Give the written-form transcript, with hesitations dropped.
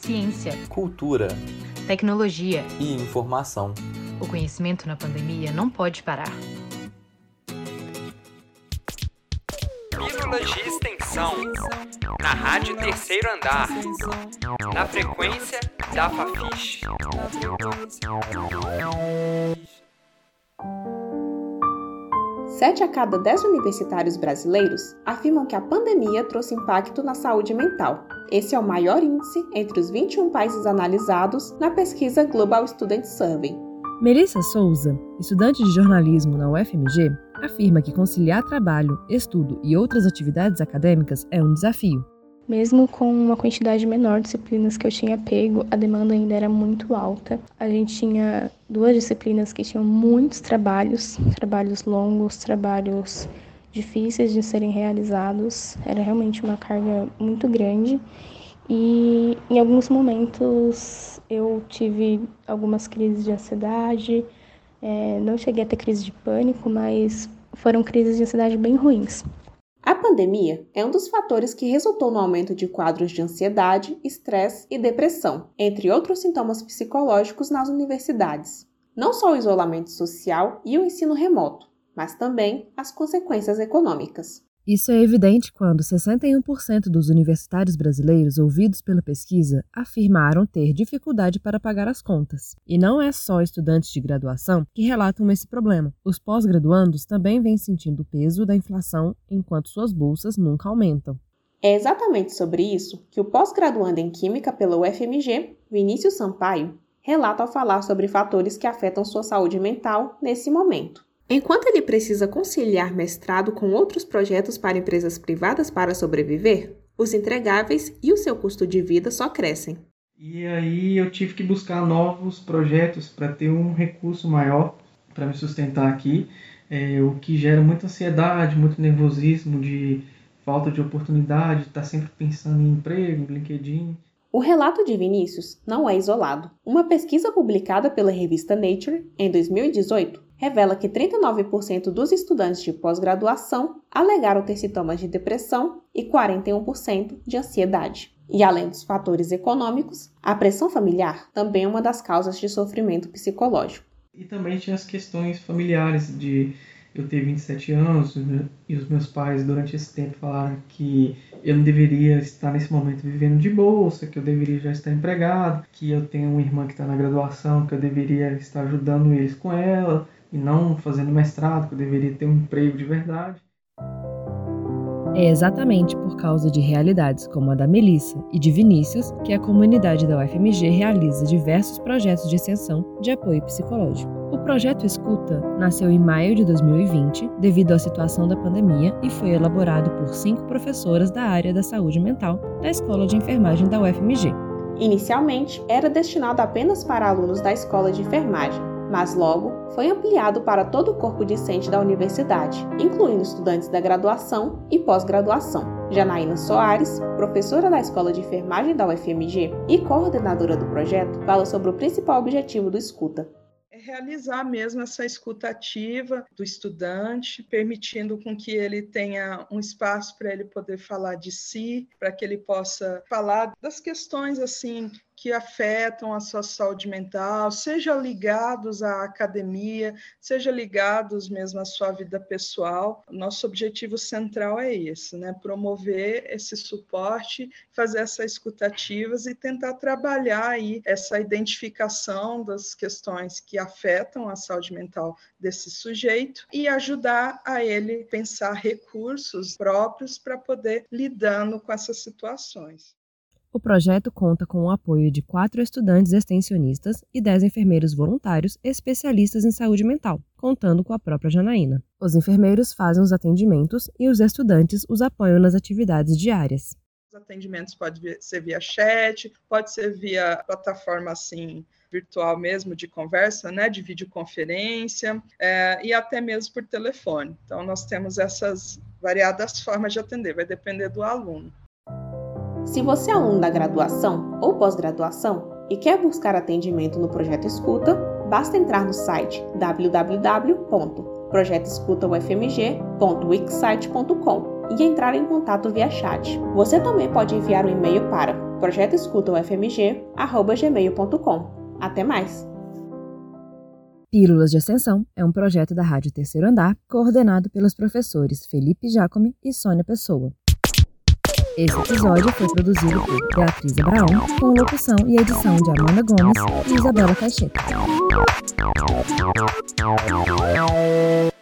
ciência, cultura, tecnologia e informação. O conhecimento na pandemia não pode parar. Pílulas de extensão, na Rádio Terceiro Andar, na frequência da Fafiche. 7 a cada 10 universitários brasileiros afirmam que a pandemia trouxe impacto na saúde mental. Esse é o maior índice entre os 21 países analisados na pesquisa Global Student Survey. Melissa Souza, estudante de jornalismo na UFMG, afirma que conciliar trabalho, estudo e outras atividades acadêmicas é um desafio. Mesmo com uma quantidade menor de disciplinas que eu tinha pego, a demanda ainda era muito alta. A gente tinha 2 disciplinas que tinham muitos trabalhos longos, trabalhos difíceis de serem realizados. Era realmente uma carga muito grande e em alguns momentos eu tive algumas crises de ansiedade. Não cheguei a ter crise de pânico, mas foram crises de ansiedade bem ruins. A pandemia é um dos fatores que resultou no aumento de quadros de ansiedade, estresse e depressão, entre outros sintomas psicológicos nas universidades. Não só o isolamento social e o ensino remoto, mas também as consequências econômicas. Isso é evidente quando 61% dos universitários brasileiros ouvidos pela pesquisa afirmaram ter dificuldade para pagar as contas. E não é só estudantes de graduação que relatam esse problema. Os pós-graduandos também vêm sentindo o peso da inflação enquanto suas bolsas nunca aumentam. É exatamente sobre isso que o pós-graduando em Química pela UFMG, Vinícius Sampaio, relata ao falar sobre fatores que afetam sua saúde mental nesse momento. Enquanto ele precisa conciliar mestrado com outros projetos para empresas privadas para sobreviver, os entregáveis e o seu custo de vida só crescem. E aí eu tive que buscar novos projetos para ter um recurso maior para me sustentar aqui, o que gera muita ansiedade, muito nervosismo, de falta de oportunidade, estar sempre pensando em emprego, LinkedIn. O relato de Vinícius não é isolado. Uma pesquisa publicada pela revista Nature, em 2018, revela que 39% dos estudantes de pós-graduação alegaram ter sintomas de depressão e 41% de ansiedade. E além dos fatores econômicos, a pressão familiar também é uma das causas de sofrimento psicológico. E também tinha as questões familiares de eu ter 27 anos e os meus pais durante esse tempo falaram que eu não deveria estar nesse momento vivendo de bolsa, que eu deveria já estar empregado, que eu tenho uma irmã que está na graduação, que eu deveria estar ajudando eles com ela e não fazendo mestrado, que eu deveria ter um emprego de verdade. É exatamente por causa de realidades como a da Melissa e de Vinícius que a comunidade da UFMG realiza diversos projetos de extensão de apoio psicológico. O projeto Escuta nasceu em maio de 2020 devido à situação da pandemia e foi elaborado por 5 professoras da área da saúde mental da Escola de Enfermagem da UFMG. Inicialmente, era destinado apenas para alunos da Escola de Enfermagem, mas logo foi ampliado para todo o corpo discente da universidade, incluindo estudantes da graduação e pós-graduação. Janaína Soares, professora da Escola de Enfermagem da UFMG e coordenadora do projeto, fala sobre o principal objetivo do Escuta. Realizar mesmo essa escuta ativa do estudante, permitindo com que ele tenha um espaço para ele poder falar de si, para que ele possa falar das questões assim que afetam a sua saúde mental, seja ligados à academia, seja ligados mesmo à sua vida pessoal. Nosso objetivo central é esse, né? Promover esse suporte, fazer essas escutativas e tentar trabalhar aí essa identificação das questões que afetam a saúde mental desse sujeito e ajudar a ele pensar recursos próprios para poder lidando com essas situações. O projeto conta com o apoio de 4 estudantes extensionistas e 10 enfermeiros voluntários especialistas em saúde mental, contando com a própria Janaína. Os enfermeiros fazem os atendimentos e os estudantes os apoiam nas atividades diárias. Os atendimentos podem ser via chat, pode ser via plataforma assim, virtual mesmo, de conversa, né, de videoconferência, e até mesmo por telefone. Então, nós temos essas variadas formas de atender, vai depender do aluno. Se você é aluno da graduação ou pós-graduação e quer buscar atendimento no Projeto Escuta, basta entrar no site www.projetoescutaufmg.wixsite.com e entrar em contato via chat. Você também pode enviar um e-mail para projetoescutaufmg@gmail.com. Até mais! Pílulas de Ascensão é um projeto da Rádio Terceiro Andar, coordenado pelos professores Felipe Giacomi e Sônia Pessoa. Esse episódio foi produzido por Beatriz Abraão, com locução e edição de Amanda Gomes e Isabela Caixeta.